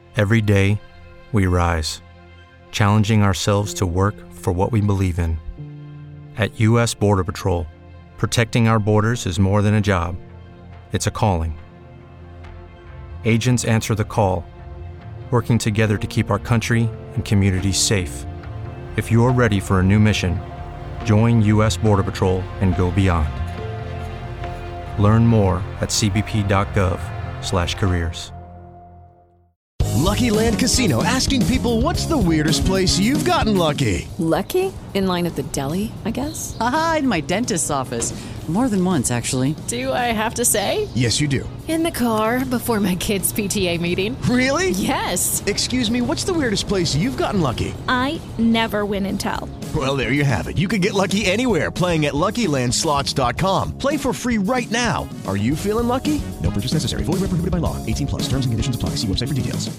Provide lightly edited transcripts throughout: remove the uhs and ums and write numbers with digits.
Every day, we rise, challenging ourselves to work for what we believe in. At U.S. Border Patrol, protecting our borders is more than a job. It's a calling. Agents answer the call, working together to keep our country and communities safe. If you're ready for a new mission, join U.S. Border Patrol and go beyond. Learn more at cbp.gov/careers. Lucky Land Casino, asking people, what's the weirdest place you've gotten lucky? Lucky? In line at the deli, I guess? Aha, in my dentist's office. More than once, actually. Do I have to say? Yes, you do. In the car before my kids' PTA meeting. Really? Yes. Excuse me, what's the weirdest place you've gotten lucky? I never win and tell. Well, there you have it. You can get lucky anywhere, playing at LuckyLandSlots.com. Play for free right now. Are you feeling lucky? No purchase necessary. Void where prohibited by law. 18+. Terms and conditions apply. See website for details.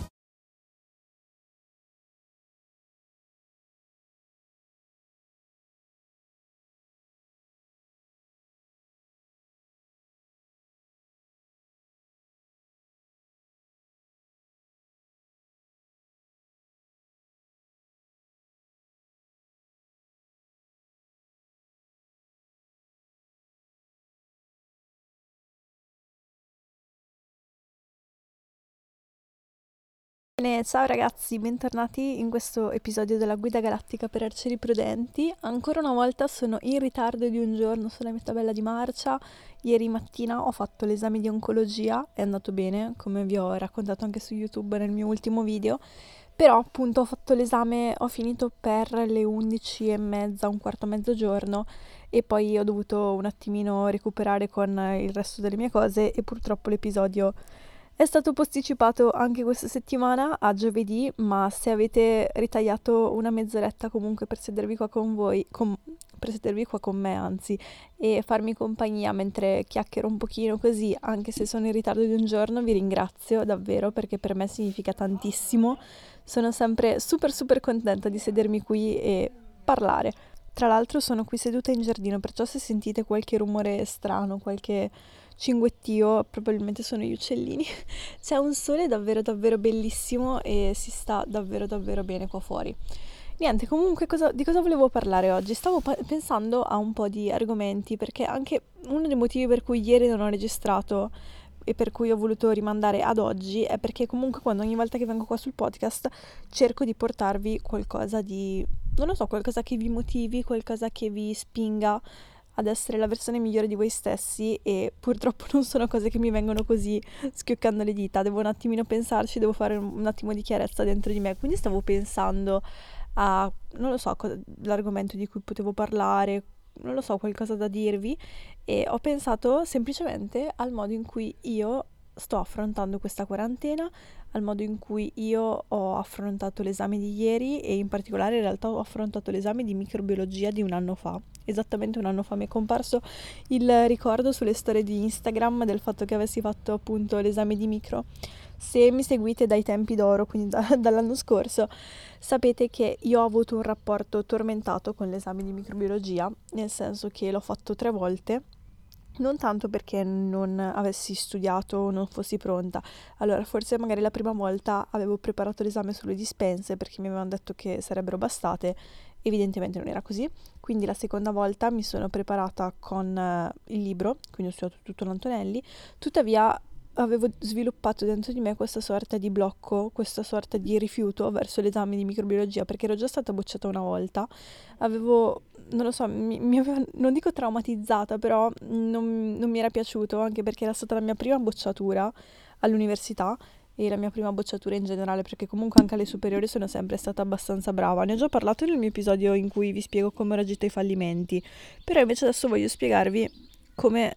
Bene, ciao ragazzi, bentornati in questo episodio della Guida Galattica per Arcieri Prudenti. Ancora una volta sono in ritardo di un giorno sulla mia tabella di marcia. Ieri mattina ho fatto l'esame di oncologia, è andato bene, come vi ho raccontato anche su YouTube nel mio ultimo video. Però appunto ho fatto l'esame, ho finito per le 11:30, un quarto mezzogiorno, e poi ho dovuto un attimino recuperare con il resto delle mie cose e purtroppo l'episodio è stato posticipato anche questa settimana a giovedì, ma se avete ritagliato una mezz'oretta comunque per sedervi qua con voi, per sedervi qua con me anzi, e farmi compagnia mentre chiacchiero un pochino così, anche se sono in ritardo di un giorno, vi ringrazio davvero perché per me significa tantissimo. Sono sempre super contenta di sedermi qui e parlare. Tra l'altro sono qui seduta in giardino, perciò se sentite qualche rumore strano, qualche cinguettio, probabilmente sono gli uccellini. C'è un sole davvero bellissimo e si sta davvero bene qua fuori. Niente, comunque di cosa volevo parlare oggi? Stavo pensando a un po' di argomenti, perché anche uno dei motivi per cui ieri non ho registrato e per cui ho voluto rimandare ad oggi è perché comunque ogni volta che vengo qua sul podcast cerco di portarvi qualcosa di, non lo so, qualcosa che vi motivi, qualcosa che vi spinga ad essere la versione migliore di voi stessi, e purtroppo non sono cose che mi vengono così schioccando le dita, devo un attimino pensarci, devo fare un attimo di chiarezza dentro di me, quindi stavo pensando a, non lo so, l'argomento di cui potevo parlare, non lo so, qualcosa da dirvi, e ho pensato semplicemente al modo in cui io sto affrontando questa quarantena, al modo in cui io ho affrontato l'esame di ieri, e in particolare in realtà ho affrontato l'esame di microbiologia di un anno fa. Esattamente un anno fa mi è comparso il ricordo sulle storie di Instagram del fatto che avessi fatto appunto l'esame di micro. Se mi seguite dai tempi d'oro, quindi dall'anno scorso, sapete che io ho avuto un rapporto tormentato con l'esame di microbiologia, nel senso che l'ho fatto 3 volte. Non tanto perché non avessi studiato o non fossi pronta. Allora, forse magari la prima volta avevo preparato l'esame sulle dispense perché mi avevano detto che sarebbero bastate. Evidentemente non era così. Quindi la seconda volta mi sono preparata con il libro, quindi ho studiato tutto l'Antonelli. Tuttavia avevo sviluppato dentro di me questa sorta di blocco, questa sorta di rifiuto verso l'esame di microbiologia, perché ero già stata bocciata una volta. Avevo, non lo so, mi aveva, non dico traumatizzata, però non mi era piaciuto, anche perché era stata la mia prima bocciatura all'università e la mia prima bocciatura in generale, perché comunque anche alle superiori sono sempre stata abbastanza brava. Ne ho già parlato nel mio episodio in cui vi spiego come ho reagito ai fallimenti, però invece adesso voglio spiegarvi come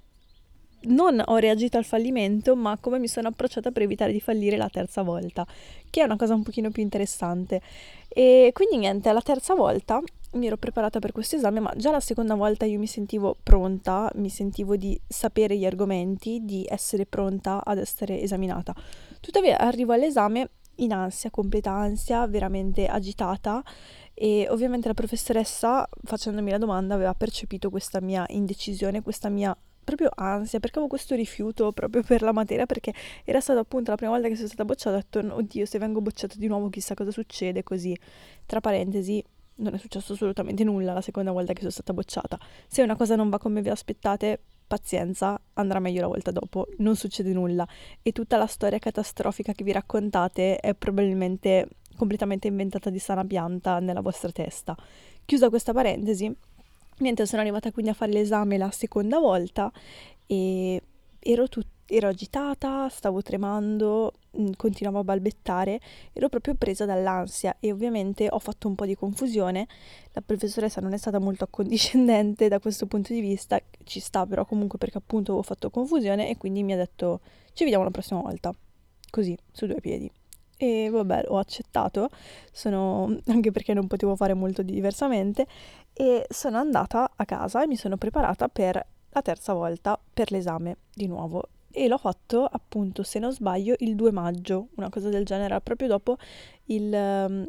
non ho reagito al fallimento, ma come mi sono approcciata per evitare di fallire la terza volta, che è una cosa un pochino più interessante. E quindi niente, la terza volta mi ero preparata per questo esame, ma già la seconda volta io mi sentivo pronta, mi sentivo di sapere gli argomenti, di essere pronta ad essere esaminata. Tuttavia arrivo all'esame in ansia, completa ansia, veramente agitata, e ovviamente la professoressa, facendomi la domanda, aveva percepito questa mia indecisione, questa mia proprio ansia, perché avevo questo rifiuto proprio per la materia, perché era stata appunto la prima volta che sono stata bocciata. Ho detto, oddio, se vengo bocciata di nuovo chissà cosa succede, così. Tra parentesi, non è successo assolutamente nulla la seconda volta che sono stata bocciata. Se una cosa non va come vi aspettate, pazienza, andrà meglio la volta dopo, non succede nulla. E tutta la storia catastrofica che vi raccontate è probabilmente completamente inventata di sana pianta nella vostra testa. Chiusa questa parentesi, niente, sono arrivata quindi a fare l'esame la seconda volta e ero agitata, stavo tremando, continuavo a balbettare, ero proprio presa dall'ansia e ovviamente ho fatto un po' di confusione. La professoressa non è stata molto accondiscendente da questo punto di vista, ci sta però comunque perché appunto avevo fatto confusione e quindi mi ha detto ci vediamo la prossima volta, così, su due piedi. E vabbè, ho accettato, anche perché non potevo fare molto diversamente, e sono andata a casa e mi sono preparata per la terza volta per l'esame di nuovo. E l'ho fatto appunto, se non sbaglio, il 2 maggio, una cosa del genere, era proprio dopo il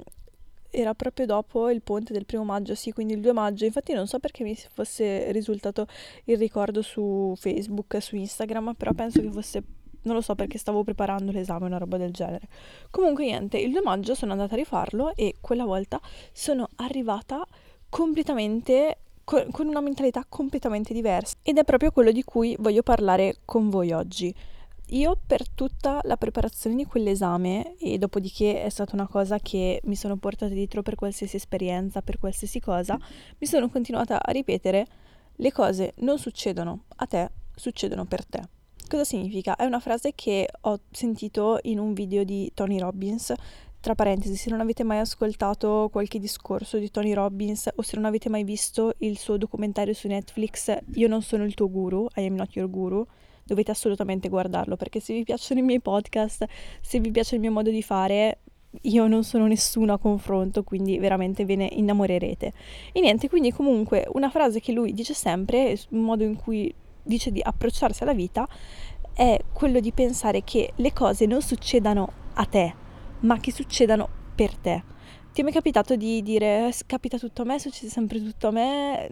ponte del 1° maggio, sì, quindi il 2 maggio. Infatti non so perché mi fosse risultato il ricordo su Facebook, su Instagram, però penso che fosse, non lo so, perché stavo preparando l'esame, una roba del genere. Comunque niente, il 2 maggio sono andata a rifarlo e quella volta sono arrivata completamente con una mentalità completamente diversa, ed è proprio quello di cui voglio parlare con voi oggi. Io per tutta la preparazione di quell'esame, e dopodiché è stata una cosa che mi sono portata dietro per qualsiasi esperienza, per qualsiasi cosa, mi sono continuata a ripetere: le cose non succedono a te, succedono per te. Cosa significa? È una frase che ho sentito in un video di Tony Robbins. Tra parentesi, se non avete mai ascoltato qualche discorso di Tony Robbins o se non avete mai visto il suo documentario su Netflix, Io non sono il tuo guru, I am not your guru, dovete assolutamente guardarlo, perché se vi piacciono i miei podcast, se vi piace il mio modo di fare, io non sono nessuno a confronto, quindi veramente ve ne innamorerete. E niente, quindi comunque una frase che lui dice sempre, un modo in cui dice di approcciarsi alla vita, è quello di pensare che le cose non succedano a te, ma che succedano per te. Ti è mai capitato di dire capita tutto a me, succede sempre tutto a me?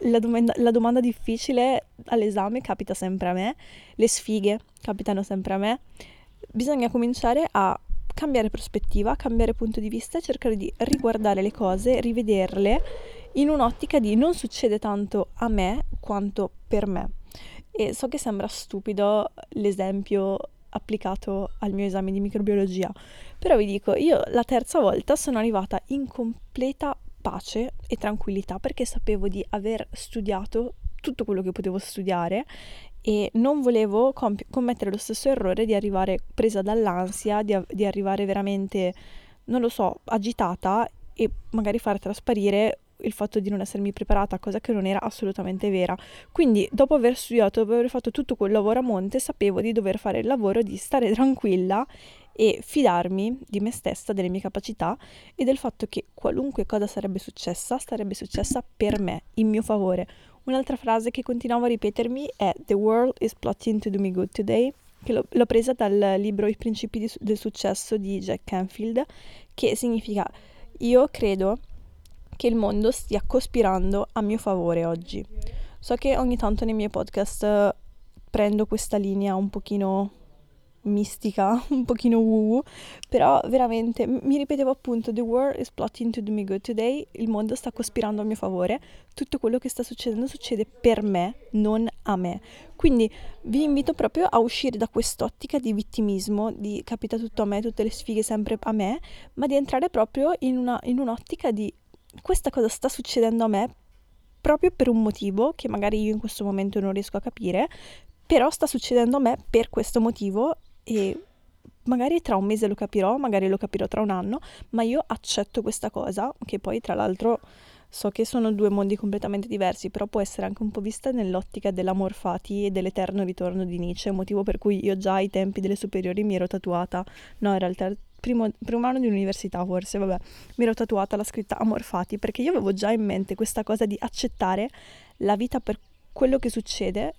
La domanda difficile all'esame capita sempre a me, le sfighe capitano sempre a me. Bisogna cominciare a cambiare prospettiva, cambiare punto di vista e cercare di riguardare le cose, rivederle in un'ottica di non succede tanto a me quanto per me. E so che sembra stupido l'esempio applicato al mio esame di microbiologia, però vi dico, io la terza volta sono arrivata in completa pace e tranquillità perché sapevo di aver studiato tutto quello che potevo studiare e non volevo commettere lo stesso errore di arrivare presa dall'ansia, di arrivare veramente, non lo so, agitata e magari far trasparire il fatto di non essermi preparata, cosa che non era assolutamente vera. Quindi dopo aver studiato, dopo aver fatto tutto quel lavoro a monte, sapevo di dover fare il lavoro di stare tranquilla e fidarmi di me stessa, delle mie capacità e del fatto che qualunque cosa sarebbe successa per me, in mio favore. Un'altra frase che continuavo a ripetermi è "The world is plotting to do me good today", che l'ho presa dal libro I principi del successo di Jack Canfield, che significa: io credo che il mondo stia cospirando a mio favore oggi. So che ogni tanto nei miei podcast prendo questa linea un pochino mistica, un pochino woo, però veramente mi ripetevo appunto "The world is plotting to do me good today", il mondo sta cospirando a mio favore, tutto quello che sta succedendo succede per me, non a me. Quindi vi invito proprio a uscire da quest'ottica di vittimismo, di capita tutto a me, tutte le sfighe sempre a me, ma di entrare proprio in un'ottica di questa cosa sta succedendo a me proprio per un motivo che magari io in questo momento non riesco a capire, però sta succedendo a me per questo motivo e magari tra un mese lo capirò, magari lo capirò tra un anno, ma io accetto questa cosa, che poi tra l'altro so che sono due mondi completamente diversi, però può essere anche un po' vista nell'ottica dell'amor fati e dell'eterno ritorno di Nietzsche, motivo per cui io già ai tempi delle superiori mi ero tatuata, no in realtà primo anno di università forse, vabbè, mi ero tatuata la scritta amor fati, perché io avevo già in mente questa cosa di accettare la vita per quello che succede.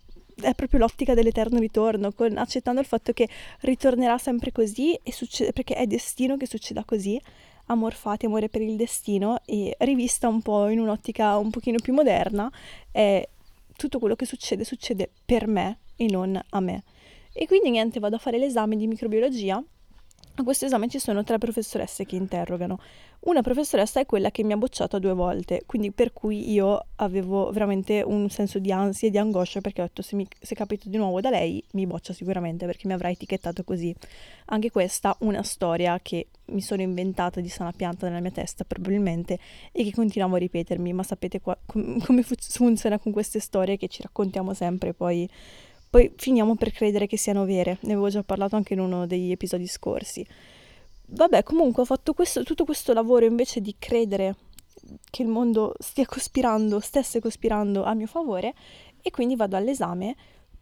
È proprio l'ottica dell'eterno ritorno, accettando il fatto che ritornerà sempre così e succede perché è destino che succeda così. Amor fati, amore per il destino, e rivista un po' in un'ottica un pochino più moderna, è tutto quello che succede per me e non a me. E quindi niente, vado a fare l'esame di microbiologia. A questo esame ci sono 3 professoresse che interrogano. Una professoressa è quella che mi ha bocciato 2 volte, quindi per cui io avevo veramente un senso di ansia e di angoscia, perché ho detto se capito di nuovo da lei mi boccia sicuramente, perché mi avrà etichettato così. Anche questa una storia che mi sono inventata di sana pianta nella mia testa probabilmente e che continuavo a ripetermi, ma sapete come funziona con queste storie che ci raccontiamo sempre, poi finiamo per credere che siano vere. Ne avevo già parlato anche in uno degli episodi scorsi. Vabbè, comunque ho fatto tutto questo lavoro invece di credere che il mondo stesse cospirando a mio favore, e quindi vado all'esame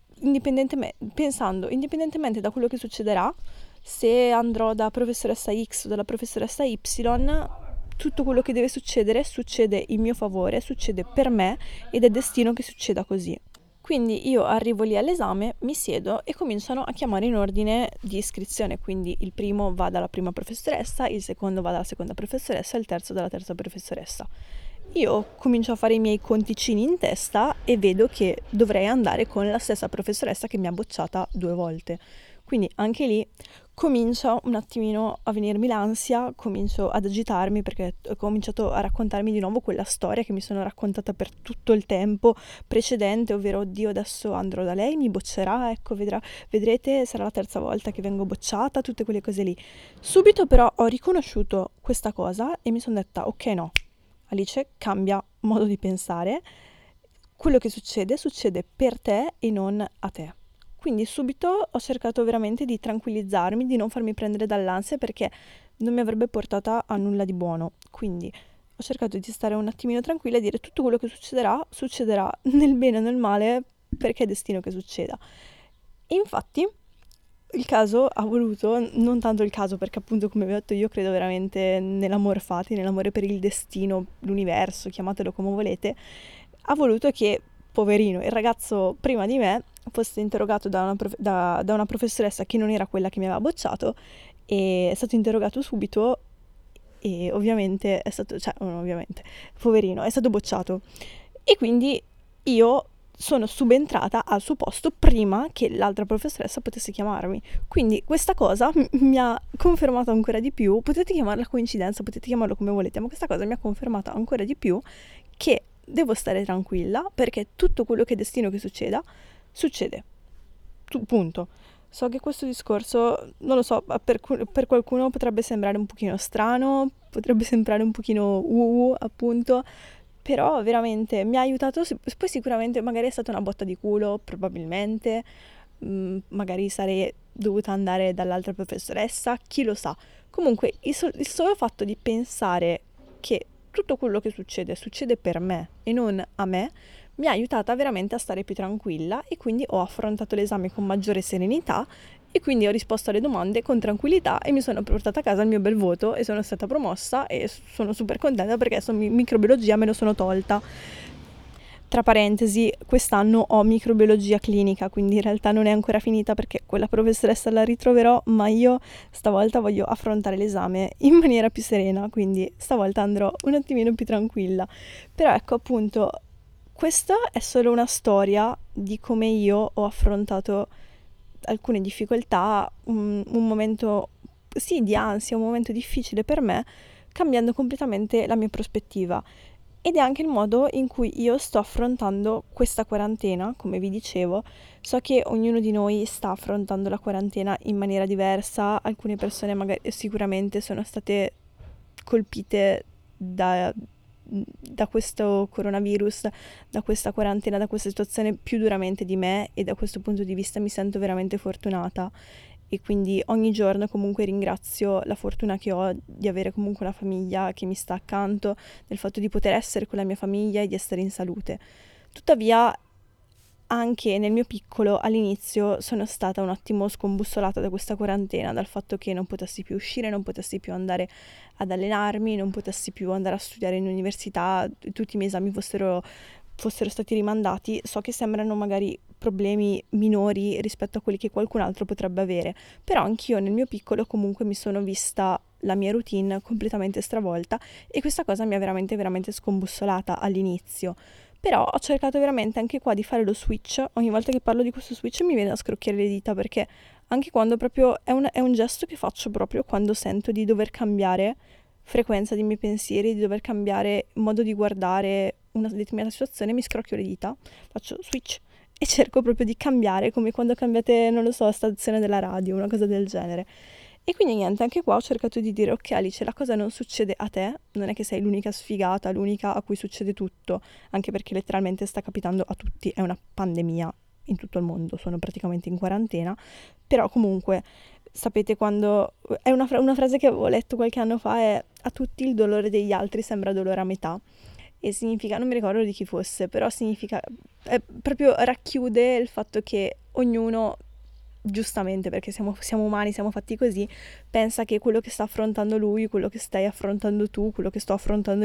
indipendentemente da quello che succederà, se andrò da professoressa X o dalla professoressa Y, tutto quello che deve succedere succede in mio favore, succede per me ed è destino che succeda così. Quindi io arrivo lì all'esame, mi siedo e cominciano a chiamare in ordine di iscrizione, quindi il primo va dalla prima professoressa, il secondo va dalla seconda professoressa e il terzo dalla terza professoressa. Io comincio a fare i miei conticini in testa e vedo che dovrei andare con la stessa professoressa che mi ha bocciata 2 volte. Quindi anche lì comincia un attimino a venirmi l'ansia, comincio ad agitarmi perché ho cominciato a raccontarmi di nuovo quella storia che mi sono raccontata per tutto il tempo precedente, ovvero oddio adesso andrò da lei, mi boccerà, ecco vedrete sarà la terza volta che vengo bocciata, tutte quelle cose lì. Subito però ho riconosciuto questa cosa e mi sono detta ok no, Alice cambia modo di pensare, quello che succede per te e non a te. Quindi subito ho cercato veramente di tranquillizzarmi, di non farmi prendere dall'ansia perché non mi avrebbe portata a nulla di buono. Quindi ho cercato di stare un attimino tranquilla e dire tutto quello che succederà nel bene o nel male perché è destino che succeda. E infatti il caso ha voluto, non tanto il caso perché appunto come vi ho detto io credo veramente nell'amor fati, nell'amore per il destino, l'universo, chiamatelo come volete, ha voluto che poverino, il ragazzo prima di me fosse interrogato da una professoressa che non era quella che mi aveva bocciato e è stato interrogato subito e ovviamente poverino, è stato bocciato. E quindi io sono subentrata al suo posto prima che l'altra professoressa potesse chiamarmi. Quindi questa cosa mi ha confermato ancora di più, potete chiamarla coincidenza, potete chiamarlo come volete, ma questa cosa mi ha confermato ancora di più che devo stare tranquilla perché tutto quello che è destino che succede. Punto. So che questo discorso, non lo so, per qualcuno potrebbe sembrare un pochino strano, potrebbe sembrare un pochino appunto, però veramente mi ha aiutato. Poi sicuramente magari è stata una botta di culo, probabilmente, magari sarei dovuta andare dall'altra professoressa, chi lo sa. Comunque il solo fatto di pensare che tutto quello che succede per me e non a me, mi ha aiutata veramente a stare più tranquilla e quindi ho affrontato l'esame con maggiore serenità e quindi ho risposto alle domande con tranquillità e mi sono portata a casa il mio bel voto e sono stata promossa e sono super contenta perché adesso microbiologia me lo sono tolta. Tra parentesi, quest'anno ho microbiologia clinica, quindi in realtà non è ancora finita perché quella professoressa la ritroverò, ma io stavolta voglio affrontare l'esame in maniera più serena, quindi stavolta andrò un attimino più tranquilla. Però ecco appunto, questa è solo una storia di come io ho affrontato alcune difficoltà, un momento sì di ansia, un momento difficile per me, cambiando completamente la mia prospettiva. Ed è anche il modo in cui io sto affrontando questa quarantena, come vi dicevo. So che ognuno di noi sta affrontando la quarantena in maniera diversa, alcune persone magari sicuramente sono state colpite da questo coronavirus, da questa quarantena, da questa situazione più duramente di me e da questo punto di vista mi sento veramente fortunata. E quindi ogni giorno comunque ringrazio la fortuna che ho di avere comunque una famiglia che mi sta accanto, del fatto di poter essere con la mia famiglia e di essere in salute. Tuttavia, anche nel mio piccolo, all'inizio sono stata un attimo scombussolata da questa quarantena, dal fatto che non potessi più uscire, non potessi più andare ad allenarmi, non potessi più andare a studiare in università, tutti i miei esami fossero stati rimandati. So che sembrano magari problemi minori rispetto a quelli che qualcun altro potrebbe avere, però anch'io nel mio piccolo comunque mi sono vista la mia routine completamente stravolta e questa cosa mi ha veramente veramente scombussolata all'inizio. Però ho cercato veramente anche qua di fare lo switch. Ogni volta che parlo di questo switch mi viene da scrocchiare le dita, perché anche quando proprio è un gesto che faccio proprio quando sento di dover cambiare frequenza dei miei pensieri, di dover cambiare modo di guardare una determinata situazione, mi scrocchio le dita, faccio switch e cerco proprio di cambiare, come quando cambiate, non lo so, stazione della radio, una cosa del genere. E quindi niente, anche qua ho cercato di dire: ok Alice, la cosa non succede a te, non è che sei l'unica sfigata, l'unica a cui succede tutto, anche perché letteralmente sta capitando a tutti, è una pandemia in tutto il mondo, sono praticamente in quarantena, però comunque sapete, quando è una frase che avevo letto qualche anno fa, è: a tutti il dolore degli altri sembra dolore a metà. E significa, non mi ricordo di chi fosse, però significa, proprio racchiude il fatto che ognuno, giustamente, perché siamo umani, siamo fatti così, pensa che quello che sta affrontando lui, quello che stai affrontando tu, quello che sto affrontando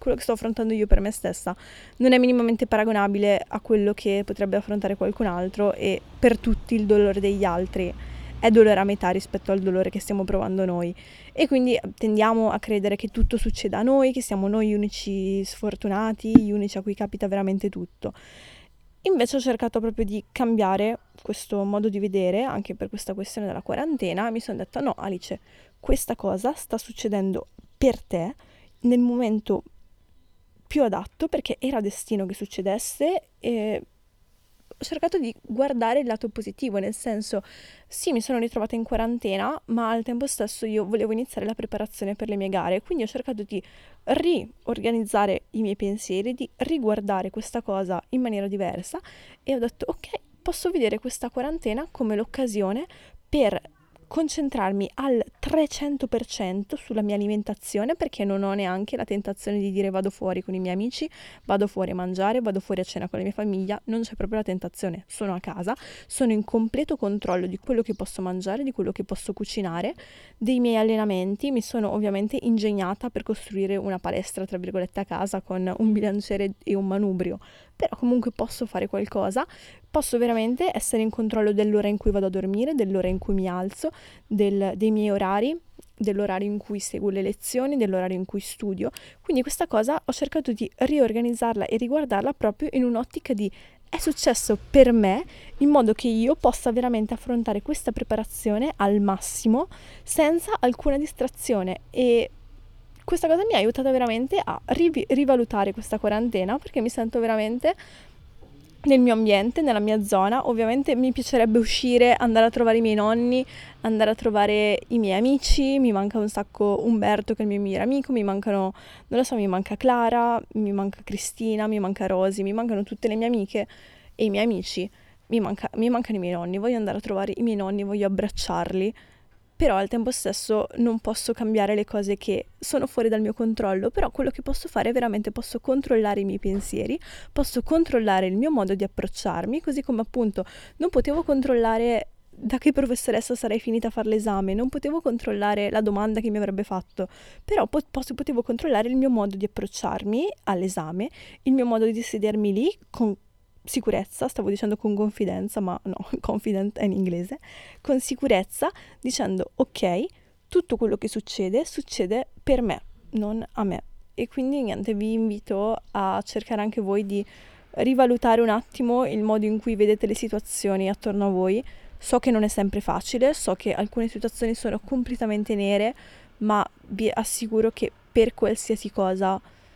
io per me stessa, non è minimamente paragonabile a quello che potrebbe affrontare qualcun altro, e per tutti il dolore degli altri è dolore a metà rispetto al dolore che stiamo provando noi. E quindi tendiamo a credere che tutto succeda a noi, che siamo noi gli unici sfortunati, gli unici a cui capita veramente tutto. Invece ho cercato proprio di cambiare questo modo di vedere, anche per questa questione della quarantena, e mi sono detta: no Alice, questa cosa sta succedendo per te nel momento più adatto, perché era destino che succedesse. E ho cercato di guardare il lato positivo, nel senso, sì, mi sono ritrovata in quarantena, ma al tempo stesso io volevo iniziare la preparazione per le mie gare, quindi ho cercato di riorganizzare i miei pensieri, di riguardare questa cosa in maniera diversa, e ho detto: ok, posso vedere questa quarantena come l'occasione per concentrarmi al 300% sulla mia alimentazione, perché non ho neanche la tentazione di dire vado fuori con i miei amici, vado fuori a mangiare, vado fuori a cena con la mia famiglia. Non c'è proprio la tentazione, sono a casa, sono in completo controllo di quello che posso mangiare, di quello che posso cucinare, dei miei allenamenti. Mi sono ovviamente ingegnata per costruire una palestra tra virgolette a casa con un bilanciere e un manubrio, però comunque posso fare qualcosa, posso veramente essere in controllo dell'ora in cui vado a dormire, dell'ora in cui mi alzo, dei miei orari, dell'orario in cui seguo le lezioni, dell'orario in cui studio. Quindi questa cosa ho cercato di riorganizzarla e riguardarla proprio in un'ottica di: è successo per me, in modo che io possa veramente affrontare questa preparazione al massimo senza alcuna distrazione. E questa cosa mi ha aiutata veramente a rivalutare questa quarantena, perché mi sento veramente nel mio ambiente, nella mia zona. Ovviamente mi piacerebbe uscire, andare a trovare i miei nonni, andare a trovare i miei amici. Mi manca un sacco Umberto, che è il mio migliore amico, mi mancano, non lo so, mi manca Clara, mi manca Cristina, mi manca Rosy, mi mancano tutte le mie amiche e i miei amici, mi mancano i miei nonni. Voglio andare a trovare i miei nonni, voglio abbracciarli, però al tempo stesso non posso cambiare le cose che sono fuori dal mio controllo. Però quello che posso fare è veramente: posso controllare i miei pensieri, posso controllare il mio modo di approcciarmi, così come appunto non potevo controllare da che professoressa sarei finita a fare l'esame, non potevo controllare la domanda che mi avrebbe fatto, però potevo controllare il mio modo di approcciarmi all'esame, il mio modo di sedermi lì con sicurezza, stavo dicendo con confidenza, ma no, confident è in inglese, con sicurezza, dicendo: ok, tutto quello che succede per me, non a me. E quindi niente, vi invito a cercare anche voi di rivalutare un attimo il modo in cui vedete le situazioni attorno a voi. So che non è sempre facile, so che alcune situazioni sono completamente nere, ma vi assicuro che per qualsiasi cosa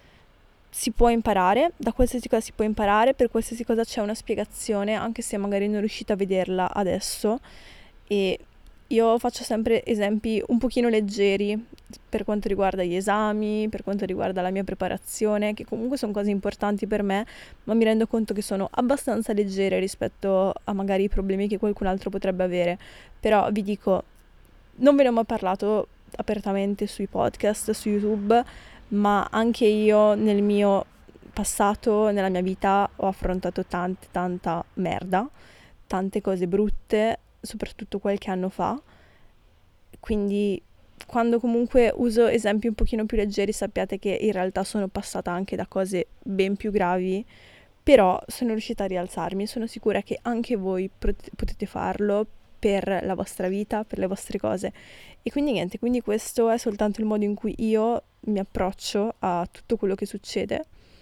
si può imparare, da qualsiasi cosa si può imparare, per qualsiasi cosa c'è una spiegazione, anche se magari non riuscite a vederla adesso. E io faccio sempre esempi un pochino leggeri per quanto riguarda gli esami, per quanto riguarda la mia preparazione, che comunque sono cose importanti per me, ma mi rendo conto che sono abbastanza leggere rispetto a magari i problemi che qualcun altro potrebbe avere. Però vi dico, non ve ne ho mai parlato apertamente sui podcast, su YouTube, ma anche io nel mio passato, nella mia vita, ho affrontato tanta merda, tante cose brutte, soprattutto qualche anno fa. Quindi quando comunque uso esempi un pochino più leggeri, sappiate che in realtà sono passata anche da cose ben più gravi, però sono riuscita a rialzarmi. Sono sicura che anche voi potete farlo per la vostra vita, per le vostre cose. E quindi niente, quindi questo è soltanto il modo in cui io mi approccio a tutto quello che succede.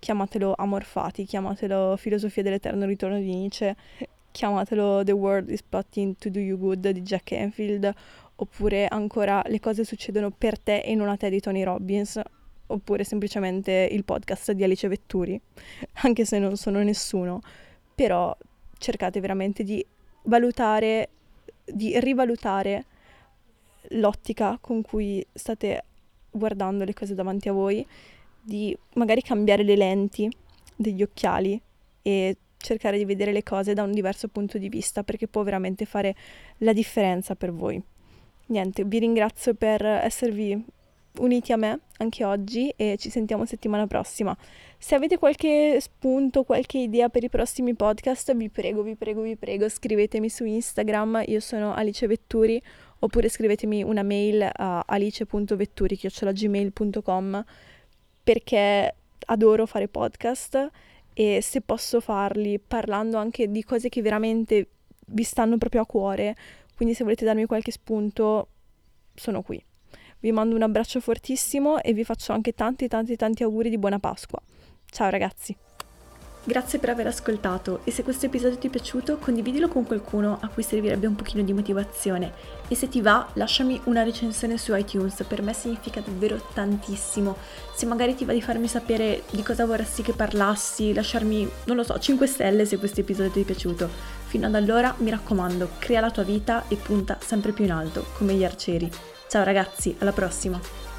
chiamatelo Amor Fati, chiamatelo Filosofia dell'eterno ritorno di Nietzsche, chiamatelo The World is Plotting to Do You Good di Jack Canfield, oppure ancora Le cose succedono per te e non a te di Tony Robbins, oppure semplicemente il podcast di Alice Vetturi, anche se non sono nessuno. Però cercate veramente di valutare, di rivalutare l'ottica con cui state guardando le cose davanti a voi, di magari cambiare le lenti degli occhiali e cercare di vedere le cose da un diverso punto di vista, perché può veramente fare la differenza per voi. Niente, vi ringrazio per esservi uniti a me anche oggi e ci sentiamo settimana prossima. Se avete qualche spunto, qualche idea per i prossimi podcast, vi prego, scrivetemi su Instagram, io sono Alice Vetturi, oppure scrivetemi una mail a alice.vetturi@gmail.com, perché adoro fare podcast e se posso farli parlando anche di cose che veramente vi stanno proprio a cuore, quindi se volete darmi qualche spunto sono qui. Vi mando un abbraccio fortissimo e vi faccio anche tanti auguri di buona Pasqua. Ciao ragazzi! Grazie per aver ascoltato e se questo episodio ti è piaciuto condividilo con qualcuno a cui servirebbe un pochino di motivazione e se ti va lasciami una recensione su iTunes, per me significa davvero tantissimo. Se magari ti va di farmi sapere di cosa vorresti che parlassi, lasciarmi, 5 stelle se questo episodio ti è piaciuto. Fino ad allora mi raccomando, crea la tua vita e punta sempre più in alto, come gli arcieri. Ciao ragazzi, alla prossima!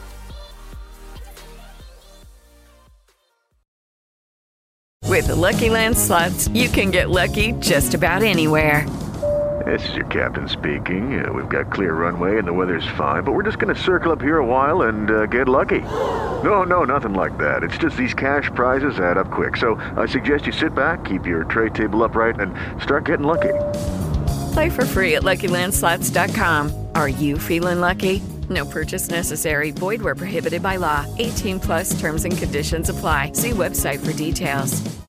With the Lucky Land Slots, you can get lucky just about anywhere. This is your captain speaking. We've got clear runway and the weather's fine, but we're just going to circle up here a while and get lucky. No, nothing like that. It's just these cash prizes add up quick. So I suggest you sit back, keep your tray table upright, and start getting lucky. Play for free at LuckyLandSlots.com. Are you feeling lucky? No purchase necessary. Void where prohibited by law. 18+ terms and conditions apply. See website for details.